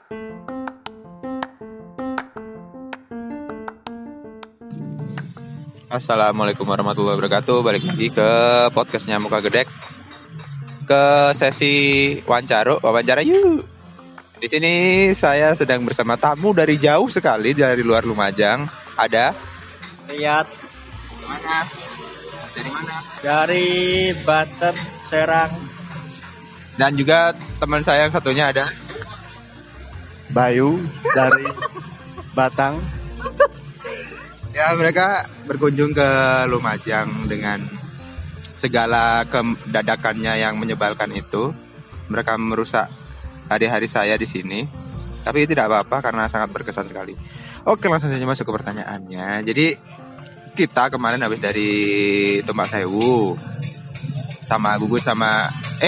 Assalamualaikum warahmatullahi wabarakatuh. Balik lagi ke podcastnya Muka Gedek, ke sesi wawancara yuk. Di sini saya sedang bersama tamu dari jauh sekali, dari luar Lumajang. Ada Lihat mana? Dari mana? dari Banten, Serang. Dan juga teman saya yang satunya ada Bayu dari Batang. Ya, mereka berkunjung ke Lumajang dengan segala kedadakannya yang menyebalkan itu. Mereka merusak hari-hari saya di sini. Tapi tidak apa-apa karena sangat berkesan sekali. Oke, langsung saja masuk ke pertanyaannya. Jadi kita kemarin habis dari Tumpak Sewu sama Gugus sama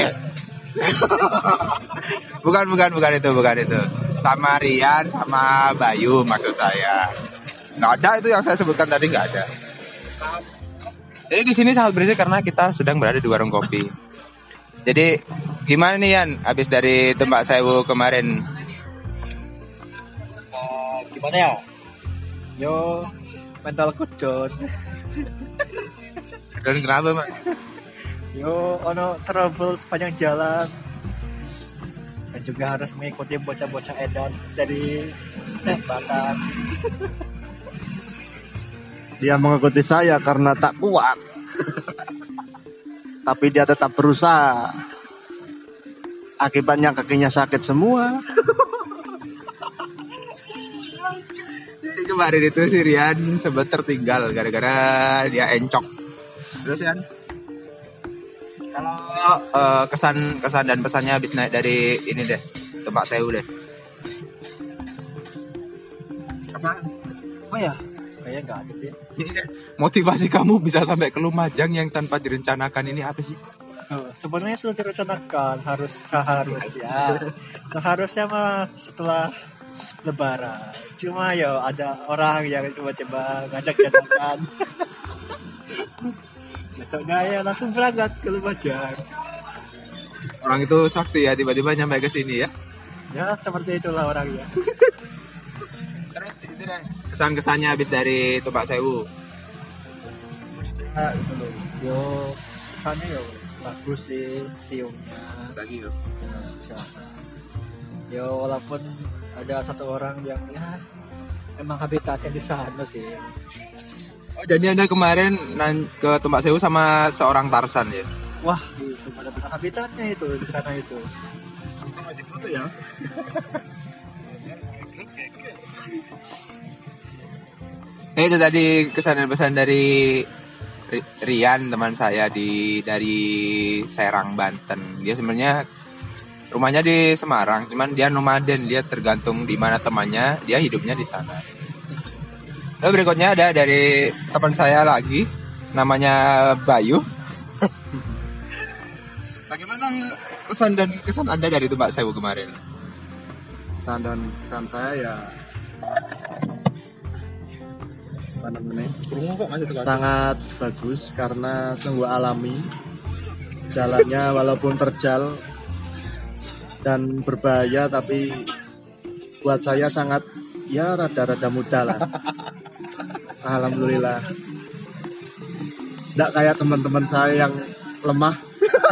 bukan itu. Sama Rian sama Bayu maksud saya. Nggak ada itu yang saya sebutkan tadi, nggak ada. Jadi di sini sangat berisik karena kita sedang berada di warung kopi. Jadi gimana nih Yan, habis dari Tumpak Sewu kemarin? Gimana ya? Yo, mentalku down. Dan kenapa Mak? Yo, ono trouble sepanjang jalan. Dan juga harus mengikuti bocah-bocah edan dari Batam. Dia mengikuti saya karena tak kuat. Tapi dia tetap berusaha. Akibatnya kakinya sakit semua. Jadi kemarin itu si Rian sempat tertinggal gara-gara dia encok. Terus Yan, kalau kesan dan pesannya habis naik dari ini deh, Tumpak Sewu deh. Apa? Oh ya, kayaknya nggak ada deh. Motivasi kamu bisa sampai ke Lumajang yang tanpa direncanakan ini apa sih? Sebenarnya sudah direncanakan, seharusnya mah setelah Lebaran. Cuma ya ada orang yang tiba-tiba ngajak jalan. Besoknya ya langsung berangkat ke Lumajang. Orang itu sakti ya, tiba-tiba nyampe ke sini ya. Ya seperti itulah orangnya. Terus itu deh, kesan-kesannya habis dari Tumpak Sewu. Nah, itu loh. Yo, kesannya yo bagus sih view-nya. Bagi yuk. Silakan. Yo, walaupun ada satu orang yang ya emang habitatnya di sana sih. Oh, jadi Anda kemarin ke Tumpak Sewu sama seorang Tarsan ya? Wah, itu benar-benar habitatnya itu di sana itu. Ya. Itu tadi kesan dan pesan dari Rian, teman saya dari Serang, Banten. Dia sebenarnya rumahnya di Semarang, cuman dia nomaden, dia tergantung di mana temannya, dia hidupnya di sana. Lalu berikutnya ada dari teman saya lagi, namanya Bayu. Bagaimana kesan Anda dari Tumpak Sewu kemarin? Kesan saya ya apa namanya? Sangat bagus karena sungguh alami. Jalannya walaupun terjal dan berbahaya tapi buat saya sangat ya rada-rada mudah lah. Alhamdulillah. Nggak kayak teman-teman saya yang lemah.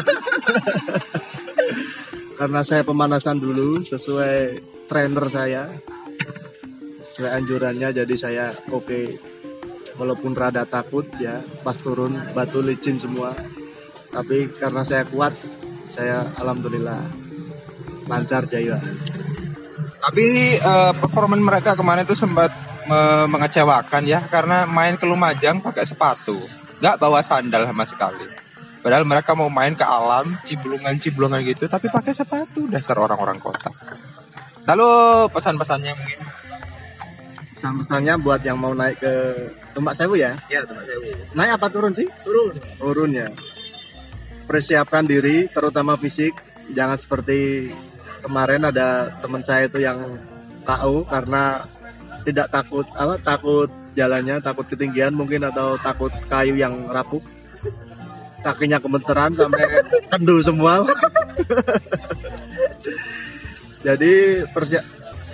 Karena saya pemanasan dulu sesuai trainer saya, sesuai anjurannya, jadi saya oke. Walaupun rada takut ya pas turun batu licin semua, tapi karena saya kuat, saya alhamdulillah lancar jaya. Tapi performan mereka kemarin itu sempat mengecewakan ya, karena main ke Lumajang pakai sepatu, nggak bawa sandal sama sekali. Padahal mereka mau main ke alam, ciblungan gitu, tapi pakai sepatu, dasar orang-orang kota. Lalu pesan-pesannya mungkin? Pesan-pesannya buat yang mau naik ke Tumpak Sewu ya? Iya, Tumpak Sewu. Naik apa turun sih? Turun ya. Persiapkan diri, terutama fisik. Jangan seperti kemarin ada teman saya itu yang KO karena tidak takut jalannya, takut ketinggian mungkin, atau takut kayu yang rapuh. Kakinya gemeteran sampai kendu semua. Jadi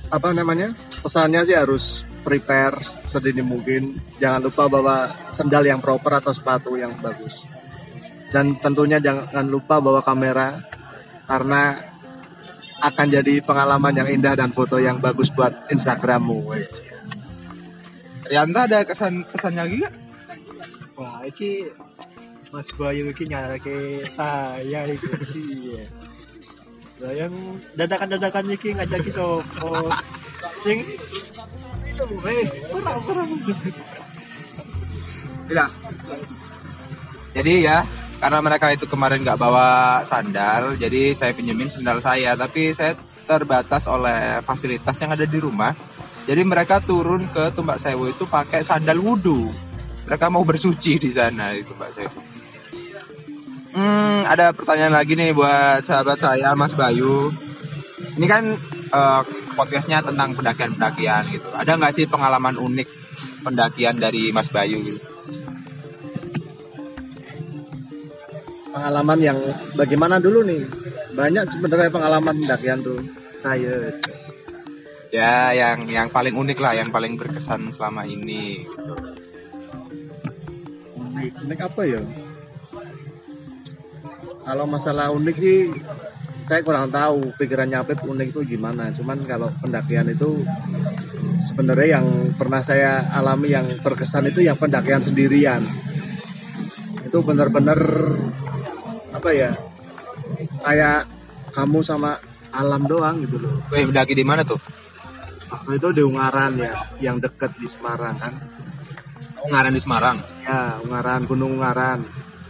apa namanya, pesannya sih harus prepare sedini mungkin. Jangan lupa bawa sandal yang proper atau sepatu yang bagus. Dan tentunya jangan lupa bawa kamera karena akan jadi pengalaman yang indah dan foto yang bagus buat Instagrammu. Rianta ada pesannya lagi nggak? Wah, iki Mas Bayu iki nyarake saya iku. Iya. Lah yang dadakan-dadakan iki ngajaki sopo? Sing itu perang. Tidak. Jadi ya, karena mereka itu kemarin nggak bawa sandal, jadi saya pinjemin sandal saya. Tapi saya terbatas oleh fasilitas yang ada di rumah. Jadi mereka turun ke Tumbak Sewu itu pakai sandal wudhu. Mereka mau bersuci di sana di Tumbak Sewu. Ada pertanyaan lagi nih buat sahabat saya, Mas Bayu. Ini kan podcastnya tentang pendakian-pendakian gitu. Ada nggak sih pengalaman unik pendakian dari Mas Bayu gitu? Pengalaman yang bagaimana dulu nih? Banyak sebenarnya pengalaman pendakian tuh saya. Ya, yang paling unik lah, yang paling berkesan selama ini gitu. Unik apa ya? Kalau masalah unik sih saya kurang tahu pikirannya Apip unik itu gimana. Cuman kalau pendakian itu sebenarnya yang pernah saya alami yang berkesan itu yang pendakian sendirian. Itu benar-benar apa ya? Kayak kamu sama alam doang gitu loh. Wih, mendaki di mana tuh? Waktu itu di Ungaran ya, yang dekat di Semarang kan. Ungaran di Semarang. Ya, Ungaran, Gunung Ungaran.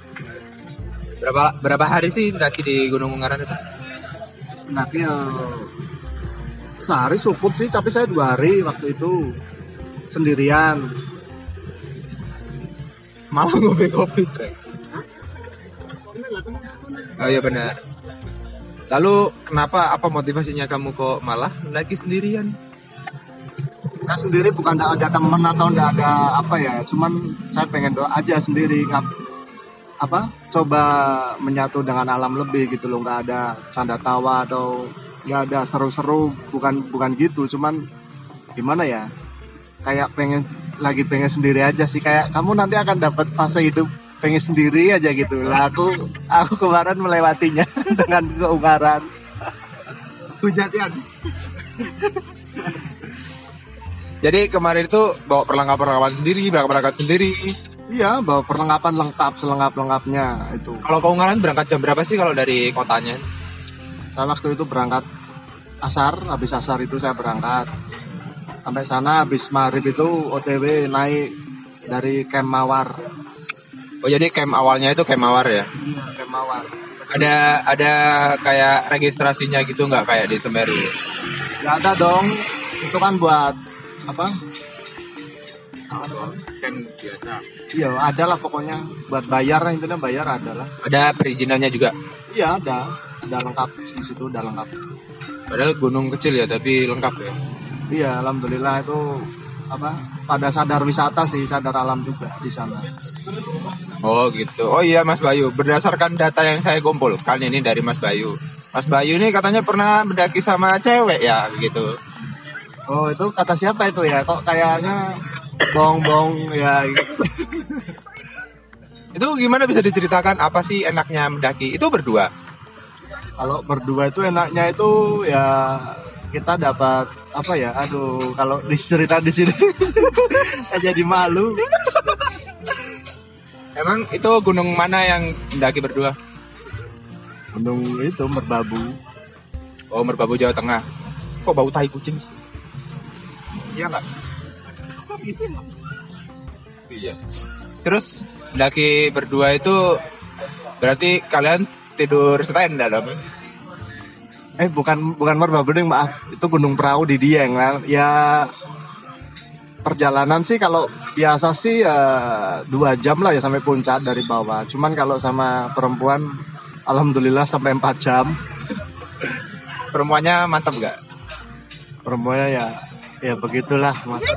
Berapa hari sih mendaki di Gunung Ungaran itu? Mendaki ya sehari cukup sih, tapi saya 2 hari waktu itu sendirian. Malah ngopi-ngopi, Trax. Oh iya benar. Lalu kenapa, apa motivasinya kamu kok malah mendaki sendirian? Saya sendiri bukan ada teman atau enggak ada apa ya, cuman saya pengen doa aja sendiri, coba menyatu dengan alam lebih gitu loh, nggak ada canda tawa atau nggak ada seru-seru, bukan gitu, cuman gimana ya, kayak pengen sendiri aja sih, kayak kamu nanti akan dapat fase hidup pengen sendiri aja gitu lah. Aku kemarin melewatinya dengan keungaran. Hujatian. Jadi kemarin itu bawa perlengkapan sendiri, berangkat sendiri. Iya, bawa perlengkapan lengkap, selengkap-lengkapnya itu. Kalau ke Ungaran berangkat jam berapa sih kalau dari kotanya? Saya waktu itu berangkat asar, habis asar itu saya berangkat. Sampai sana habis maghrib itu OTW naik dari Camp Mawar. Oh jadi camp awalnya itu Camp Mawar ya? Iya, Camp Mawar. Ada kayak registrasinya gitu nggak kayak di Semeru? Ya ada dong, itu kan buat apa? Camp biasa. Iya, ada lah pokoknya buat bayar, intinya bayar ada lah. Ada perizinannya juga? Iya ada lengkap di situ, udah lengkap. Padahal gunung kecil ya, tapi lengkap ya. Iya, alhamdulillah itu pada sadar wisata sih, sadar alam juga di sana. Oh gitu. Oh iya Mas Bayu, berdasarkan data yang saya kumpulkan ini dari Mas Bayu. Mas Bayu ini katanya pernah mendaki sama cewek ya gitu. Oh itu kata siapa itu ya? Kok kayaknya bohong-bohong ya. Itu gimana bisa diceritakan apa sih enaknya mendaki? Itu berdua? Kalau berdua itu enaknya itu ya kita dapat apa ya? Aduh, kalau dicerita di sini jadi malu. Emang itu gunung mana yang mendaki berdua? Gunung itu Merbabu. Oh Merbabu Jawa Tengah. Kok bau tai kucing sih? Iya nggak? Iya. Terus mendaki berdua itu berarti kalian tidur stand dalam? Bukan Merbabu ding, maaf. Itu Gunung Perahu di Dieng lah. Ya perjalanan sih kalau biasa sih 2 jam lah ya sampai puncak dari bawah. Cuman kalau sama perempuan alhamdulillah sampai 4 jam. Perempuannya mantap nggak? Perempuannya ya begitulah.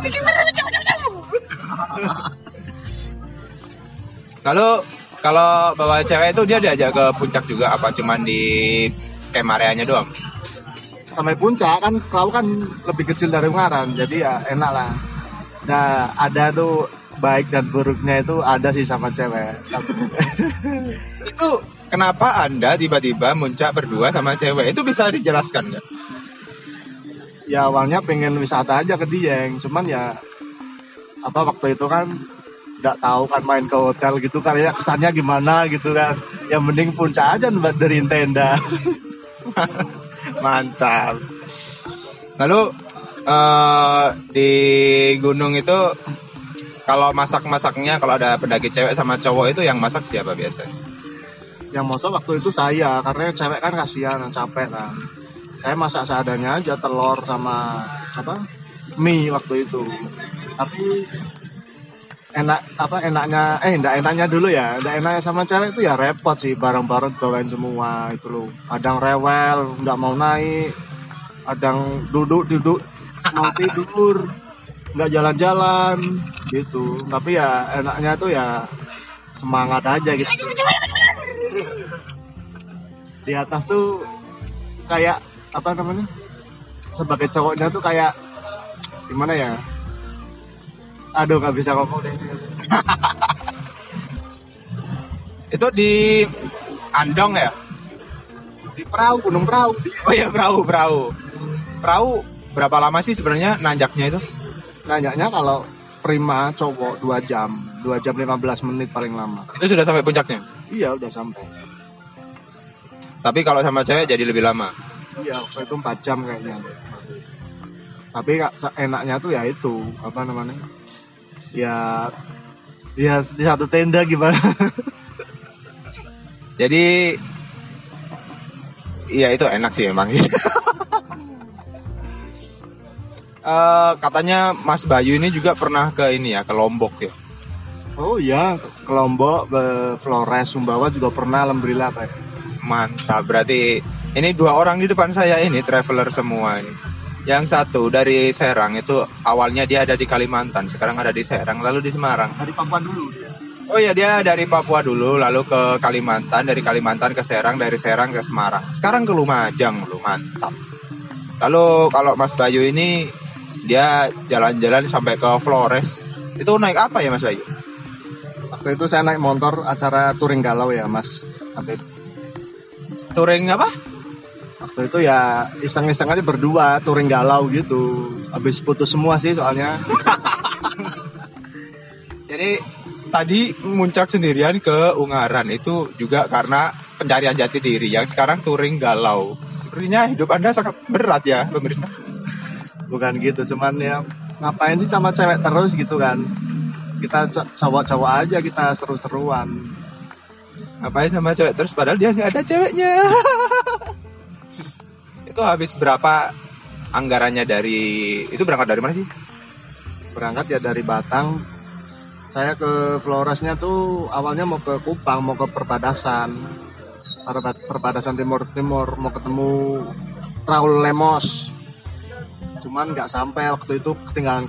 Lalu kalau bawa cewek itu dia diajak ke puncak juga apa cuman di camp areanya doang? sampai puncak kan perahu kan lebih kecil dari Ungaran, jadi ya enak lah. Nah ada tuh baik dan buruknya itu ada sih sama cewek. Itu kenapa Anda tiba-tiba muncak berdua sama cewek? Itu bisa dijelaskan nggak? Ya awalnya pengen wisata aja ke Dieng, cuman ya waktu itu kan nggak tahu kan main ke hotel gitu kan ya kesannya gimana gitu kan. Yang mending puncak aja dari tenda. Mantap. Lalu di gunung itu kalau masak-masaknya, kalau ada pendaki cewek sama cowok itu yang masak siapa biasanya? Yang masak waktu itu saya, karena cewek kan kasihan, capek kan. Saya masak seadanya aja, telur sama mie waktu itu. Tapi enggak enaknya dulu ya. Enggak enaknya sama cewek itu ya repot sih, barang-barang bawain semua itu loh. Kadang rewel, enggak mau naik. Kadang duduk mau tidur, enggak jalan-jalan gitu. Tapi ya enaknya tuh ya semangat aja gitu. Di atas tuh kayak sebagai cowoknya tuh kayak gimana ya, aduh nggak bisa ngomong deh. Itu di Andong ya? Di perahu, gunung perahu. Oh ya, perahu berapa lama sih sebenarnya nanjaknya itu? Nanjaknya kalau prima cowok 2 jam 15 menit paling lama. Itu sudah sampai puncaknya? Iya udah sampai. Tapi kalau sama cewek jadi lebih lama? Iya waktu itu 4 jam kayaknya. Tapi enaknya tuh ya itu ya di satu tenda gimana. Jadi iya itu enak sih emang. Katanya Mas Bayu ini juga pernah ke Lombok ya? Oh iya, ke Lombok, ke Flores, Sumbawa juga pernah, alhamdulillah Pak. Mantap, berarti ini 2 orang di depan saya ini traveler semua ini. Yang satu dari Serang, itu awalnya dia ada di Kalimantan, sekarang ada di Serang, lalu di Semarang. Dari Papua dulu dia. Oh iya, dia dari Papua dulu, lalu ke Kalimantan, dari Kalimantan ke Serang, dari Serang ke Semarang. Sekarang ke Lumajang, lu mantap. Lalu kalau Mas Bayu ini dia jalan-jalan sampai ke Flores. Itu naik apa ya Mas Bayu? Waktu itu saya naik motor acara touring galau ya Mas Habib. Touring apa? Waktu itu ya iseng-iseng aja berdua touring galau gitu. Habis putus semua sih soalnya. Jadi tadi muncak sendirian ke Ungaran itu juga karena pencarian jati diri. Yang sekarang touring galau. Sepertinya hidup Anda sangat berat ya pemirsa. Bukan gitu, cuman ya ngapain sih sama cewek terus gitu kan. Kita cowok-cowok aja, kita seru-seruan. Ngapain sama cewek terus padahal dia nggak ada ceweknya. Itu habis berapa anggarannya itu berangkat dari mana sih? Berangkat ya dari Batang. Saya ke Floresnya tuh awalnya mau ke Kupang, mau ke perbatasan timur, mau ketemu Raul Lemos. Cuman nggak sampai waktu itu, ketinggalan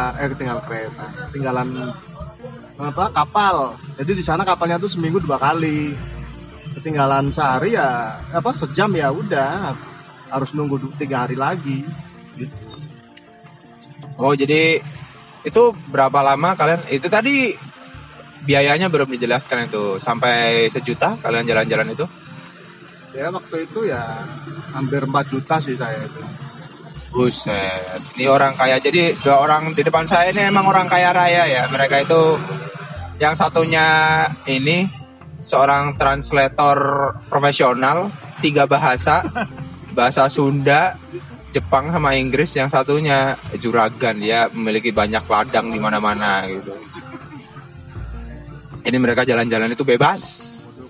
kapal. Jadi di sana kapalnya tuh seminggu 2 kali. Ketinggalan sehari ya sejam ya udah harus nunggu 3 hari lagi gitu. Oh jadi itu berapa lama kalian, itu tadi biayanya belum dijelaskan itu, sampai 1 juta kalian jalan-jalan itu? Ya waktu itu ya hampir 4 juta sih saya itu. Buset, ini orang kaya. Jadi 2 orang di depan saya ini emang orang kaya raya ya. Mereka itu, yang satunya ini seorang translator profesional 3 bahasa, bahasa Sunda, Jepang sama Inggris. Yang satunya juragan, dia memiliki banyak ladang di mana-mana gitu. Ini mereka jalan-jalan itu bebas.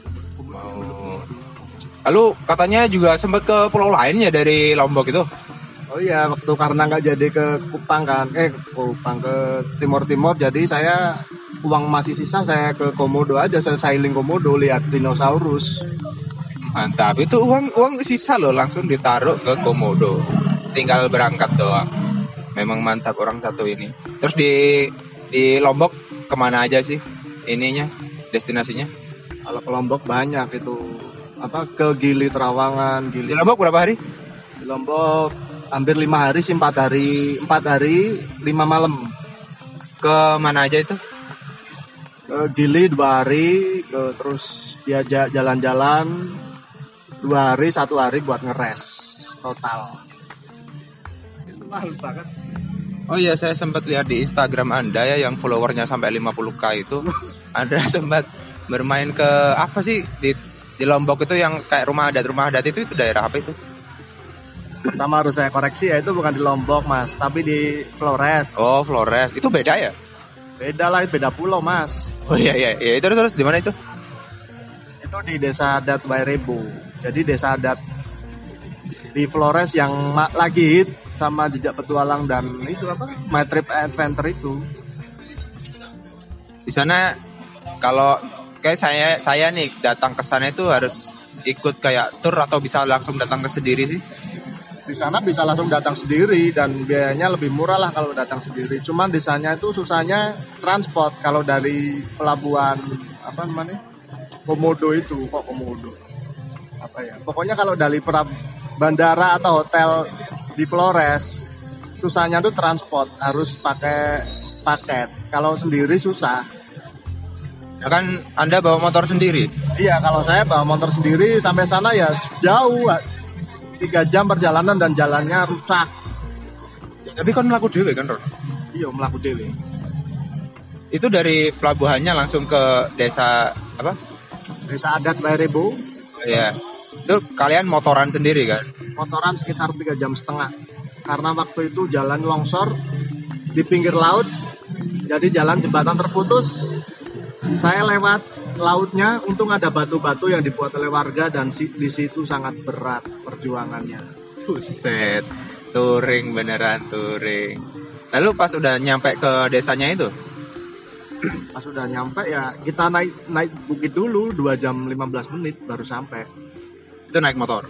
Lalu katanya juga sempat ke pulau lain ya dari Lombok itu? Oh iya, waktu karena nggak jadi ke Kupang kan, ke timur-timur, jadi saya uang masih sisa saya ke Komodo aja, saya sailing Komodo lihat dinosaurus. Mantap, itu uang sisa loh langsung ditaruh ke Komodo, tinggal berangkat doang. Memang mantap orang satu ini. Terus di Lombok kemana aja sih ininya, destinasinya? Kalau ke Lombok banyak itu, ke Gili Trawangan. Di Lombok berapa hari? Di Lombok hampir 5 hari sih, 4 hari 5 malam. Ke mana aja itu? Ke Gili 2 hari, terus diajak jalan-jalan 2 hari, 1 hari buat ngeres total. Itu mahal banget. Oh iya, saya sempat lihat di Instagram Anda ya yang followernya sampai 50k itu. Anda sempat bermain ke apa sih di Lombok itu yang kayak rumah adat itu daerah apa itu? Pertama harus saya koreksi ya, itu bukan di Lombok Mas, tapi di Flores. Oh, Flores. Itu beda ya? Beda lah, beda pulau Mas. Oh iya iya, iya. Itu terus di mana itu? Itu di desa adat Wairebo. Jadi desa adat di Flores yang lagi hit sama Jejak Petualang dan itu apa? My Trip Adventure itu. Di sana kalau kayak saya nih datang ke sana itu harus ikut kayak tour atau bisa langsung datang ke sendiri sih? Di sana bisa langsung datang sendiri dan biayanya lebih murah lah kalau datang sendiri. Cuman di sana itu susahnya transport. Kalau dari pelabuhan apa namanya? Komodo itu, kok Komodo. Apa ya? Pokoknya kalau dari bandara atau hotel di Flores, susahnya tuh transport, harus pakai paket. Kalau sendiri susah. Ya kan Anda bawa motor sendiri? Iya, kalau saya bawa motor sendiri sampai sana ya jauh, 3 jam perjalanan dan jalannya rusak. Tapi kan melaku dewe kan, Ron? Iya, melaku dewe. Itu dari pelabuhannya langsung ke desa apa? Desa adat Wairebo. Ya. Itu kalian motoran sendiri kan? Motoran sekitar 3,5 jam. Karena waktu itu jalan longsor di pinggir laut. Jadi jalan jembatan terputus. Saya lewat lautnya, untung ada batu-batu yang dibuat oleh warga dan di situ sangat berat perjuangannya. Buset, touring beneran touring. Lalu pas udah nyampe ke desanya itu? Pas udah nyampe ya kita naik bukit dulu 2 jam 15 menit baru sampai. Itu naik motor?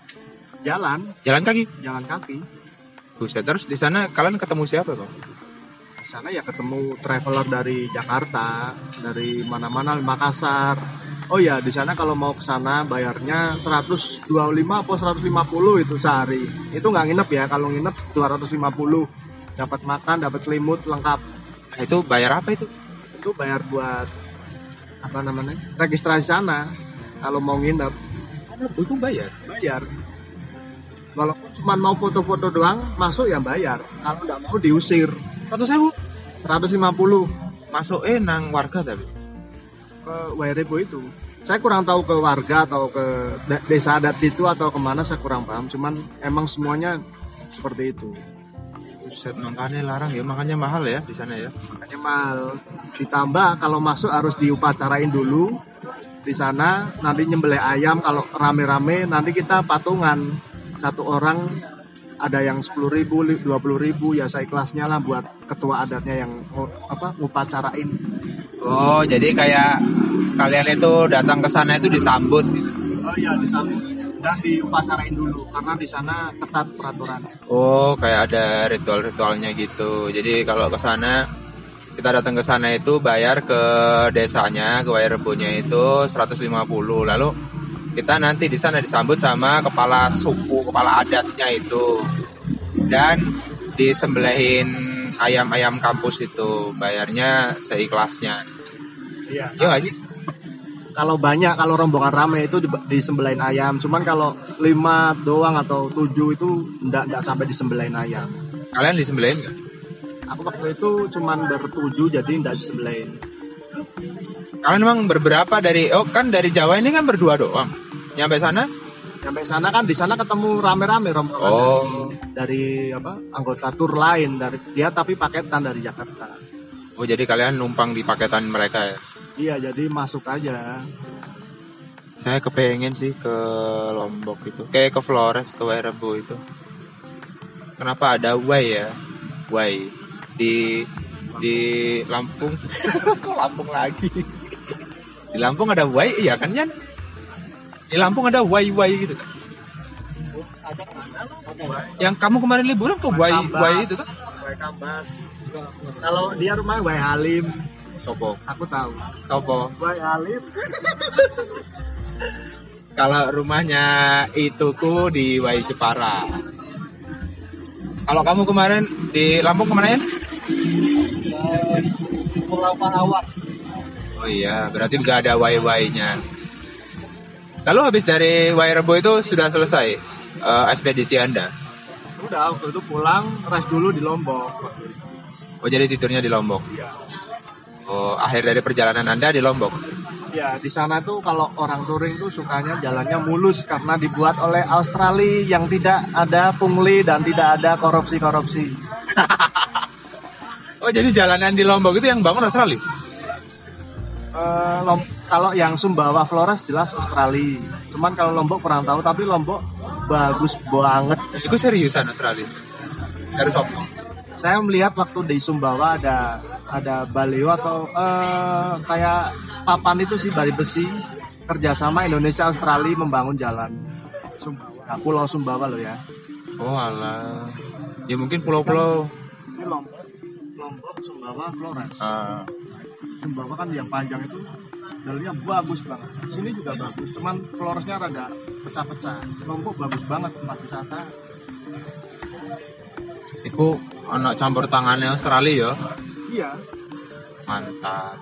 Jalan kaki? Jalan kaki. Buset, terus di sana kalian ketemu siapa, Bang? Di sana ya ketemu traveler dari Jakarta, dari mana-mana, Makassar. Oh ya, di sana kalau mau ke sana bayarnya 125 atau 150 itu sehari. Itu nggak nginep ya, kalau nginep 250. Dapat makan, dapat selimut lengkap. Nah, itu bayar apa itu? Itu bayar buat apa namanya? Registrasi sana. Kalau mau nginep, Itu bayar. bayar. Walaupun cuma mau foto-foto doang, masuk ya bayar. Kalau nggak mau diusir. 100.000? 150 Masuk nang warga tapi? ke Wairebo itu. Saya kurang tahu ke warga atau ke desa adat situ atau kemana, saya kurang paham. Cuman emang semuanya seperti itu. Buset, makanya larang ya, makanya mahal ya di sana ya. Makanya mahal. Ditambah kalau masuk harus diupacarain dulu di sana. Nanti nyembelih ayam kalau rame-rame. Nanti kita patungan, satu orang ada yang 10.000, 20.000 ya seikhlasnya lah buat ketua adatnya yang ngupacarain. Oh, jadi kayak kalian itu datang ke sana itu disambut gitu. Oh iya, disambut dan diupacarain dulu karena di sana ketat peraturannya. Oh, kayak ada ritual-ritualnya gitu. Jadi kalau ke sana, kita datang ke sana itu bayar ke desanya, ke Wairebonya itu 150. Lalu kita nanti di sana disambut sama kepala suku, kepala adatnya itu. Dan disembelihin ayam-ayam kampus itu, bayarnya seikhlasnya. Iya. Iya nggak sih? Kalau banyak, kalau rombongan rame itu disembelahin ayam. Cuman kalau 5 doang atau 7 itu enggak sampai disembelahin ayam. Kalian disembelihin nggak? Aku waktu itu cuman ber-7 jadi enggak disembelahin. Kalian memang berberapa dari? Oh kan dari Jawa ini kan berdua doang. Nyampe sana? Sampai sana kan di sana ketemu rame-rame rombongan dari anggota tur lain dari dia tapi paketan dari Jakarta. Oh jadi kalian numpang di paketan mereka ya? Iya, jadi masuk aja. Saya kepengen sih ke Lombok itu, kayak ke Flores, ke Wairebo itu. Kenapa ada Wai ya? Wai di Lampung. Kok Lampung lagi? Di Lampung ada Wai, iya kan Yan? Di Lampung ada Wai gitu. Yang kamu kemarin liburan ke Wai itu tuh? Wai Kambas. Kalau dia rumah Wai Halim. Sopo? Aku tahu. Sopo? Wai Halim. Kalau rumahnya ituku di Wai Jepara. Kalau kamu kemarin di Lampung kemana ya? Pulau Palawan. Oh iya, berarti nggak ada wai-wainya. Lalu habis dari Wairebo itu sudah selesai ekspedisi Anda? Udah, waktu itu pulang, rest dulu di Lombok. Oh jadi tidurnya di Lombok? Iya. Oh, akhir dari perjalanan Anda di Lombok? Ya, di sana tuh kalau orang touring tuh sukanya jalannya mulus karena dibuat oleh Australia yang tidak ada pungli dan tidak ada korupsi-korupsi. Oh jadi jalanan di Lombok itu yang bangun Australia? Kalau yang Sumbawa Flores jelas Australia. Cuman kalau Lombok kurang tahu, tapi Lombok bagus banget. Itu seriusan Australia? Dari Sopong? Saya melihat waktu di Sumbawa ada baleo atau kayak papan itu sih dari besi kerjasama Indonesia Australia membangun jalan Sumbawa. Nah, Pulau Sumbawa loh ya. Oh alah. Ya mungkin pulau-pulau. Ini Lombok, Sumbawa, Flores. Sumbawa kan yang panjang itu dalnya bagus banget. Sini juga bagus, cuman Floresnya rada pecah-pecah. Lombok bagus banget tempat wisata. Iku anak campur tangannya Australia ya. Iya. Mantap.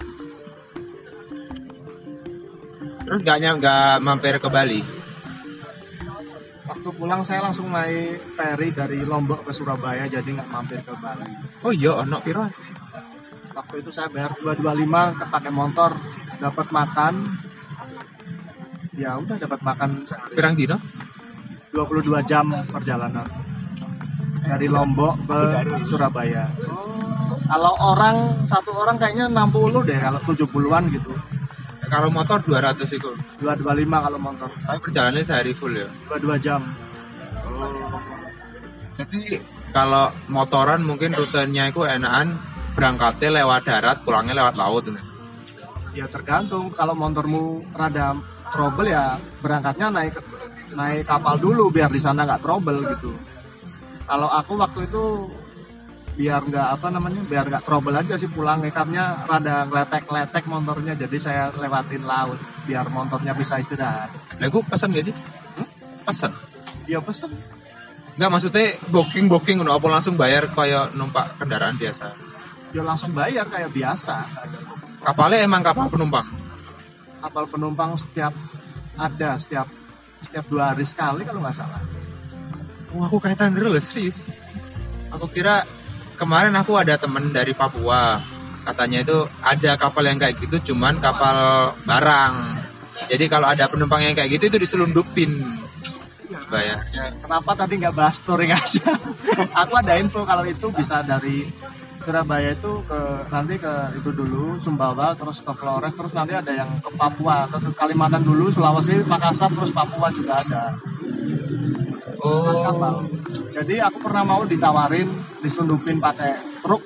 Terus nggak mampir ke Bali? Waktu pulang saya langsung naik ferry dari Lombok ke Surabaya, jadi nggak mampir ke Bali. Oh iya, anak piro? Waktu itu saya bayar 225 pakai motor, dapat makan. Ya udah dapat makan sehari. Pirang dino? 22 jam perjalanan dari Lombok ke Surabaya. Kalau satu orang kayaknya 60 deh, kalau 70-an gitu. Kalau motor 200 itu. 225 kalau motor. Tapi perjalanannya sehari full ya. 22 jam. Jadi kalau motoran mungkin rutenya itu enakan berangkatnya lewat darat, pulangnya lewat laut. Ya tergantung, kalau motormu rada trouble ya berangkatnya naik kapal dulu biar di sana nggak trouble gitu. Kalau aku waktu itu biar nggak trouble aja sih pulang, karena rada ngeletek motornya, jadi saya lewatin laut biar motornya bisa istirahat. Nah, aku pesen gak sih? Pesen? Iya pesen. Nggak, maksudnya booking apa langsung bayar kayak numpak kendaraan biasa? Ya langsung bayar kayak biasa. Kapalnya emang kapal penumpang? Kapal penumpang setiap 2 hari sekali kalau nggak salah. Wah, aku kayak tanda loh, serius. Aku kira kemarin aku ada temen dari Papua. Katanya itu ada kapal yang kayak gitu, cuman kapal barang. Jadi kalau ada penumpang yang kayak gitu itu diselundupin bayarnya. Kenapa tadi nggak bahas touring aja? Aku ada info kalau itu bisa dari Surabaya itu nanti ke itu dulu Sumbawa, terus ke Flores, terus nanti ada yang ke Papua, ke Kalimantan dulu, Sulawesi, Makassar, terus Papua juga ada. Oh. Jadi aku pernah mau ditawarin diselundupin pakai truk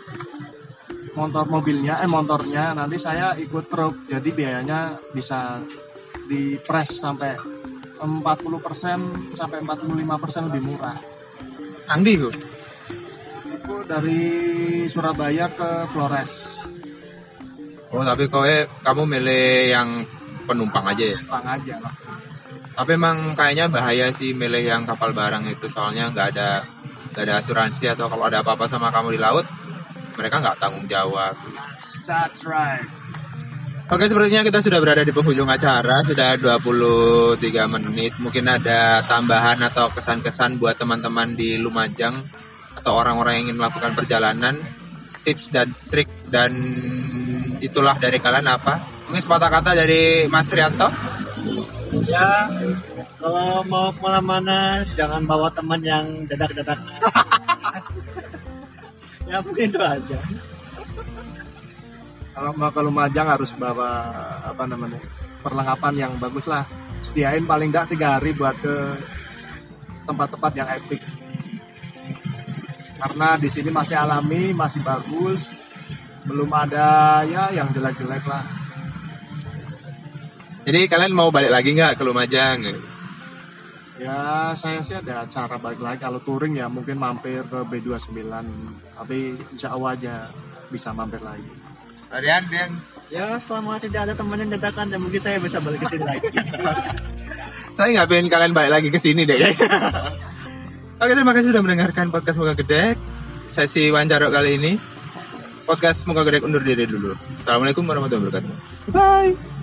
motornya, nanti saya ikut truk, jadi biayanya bisa dipres sampai 40% sampai 45% lebih murah. Angdi kok. Itu dari Surabaya ke Flores. Oh, tapi kamu milih yang penumpang aja ya? Penumpang aja lah. Tapi emang kayaknya bahaya sih milih yang kapal barang itu, soalnya nggak ada asuransi, atau kalau ada apa-apa sama kamu di laut mereka nggak tanggung jawab. That's right. Oke, sepertinya kita sudah berada di penghujung acara, sudah 23 menit. Mungkin ada tambahan atau kesan-kesan buat teman-teman di Lumajang atau orang-orang yang ingin melakukan perjalanan, tips dan trik dan itulah dari kalian apa? Mungkin sepatah kata dari Mas Rianto. Ya, kalau mau kemana-mana jangan bawa teman yang dadak-dadak. Ya mungkin itu aja. Kalau mau ke Lumajang harus bawa perlengkapan yang bagus lah. Sediain paling nggak 3 hari buat ke tempat-tempat yang epic. Karena di sini masih alami, masih bagus, belum ada ya yang jelek-jelek lah. Jadi kalian mau balik lagi nggak ke Lumajang? Ya saya sih ada cara balik lagi. Kalau touring ya mungkin mampir ke B29, tapi insya Allah aja bisa mampir lagi. Rian. Ya selama tidak ada teman yang dadakan, ya mungkin saya bisa balik ke sini lagi. Saya nggak pengen kalian balik lagi ke sini deh. Oke, terima kasih sudah mendengarkan podcast Muka Gedek. Sesi wawancara kali ini. Podcast Muka Gedek undur diri dulu. Assalamualaikum warahmatullahi wabarakatuh. Bye.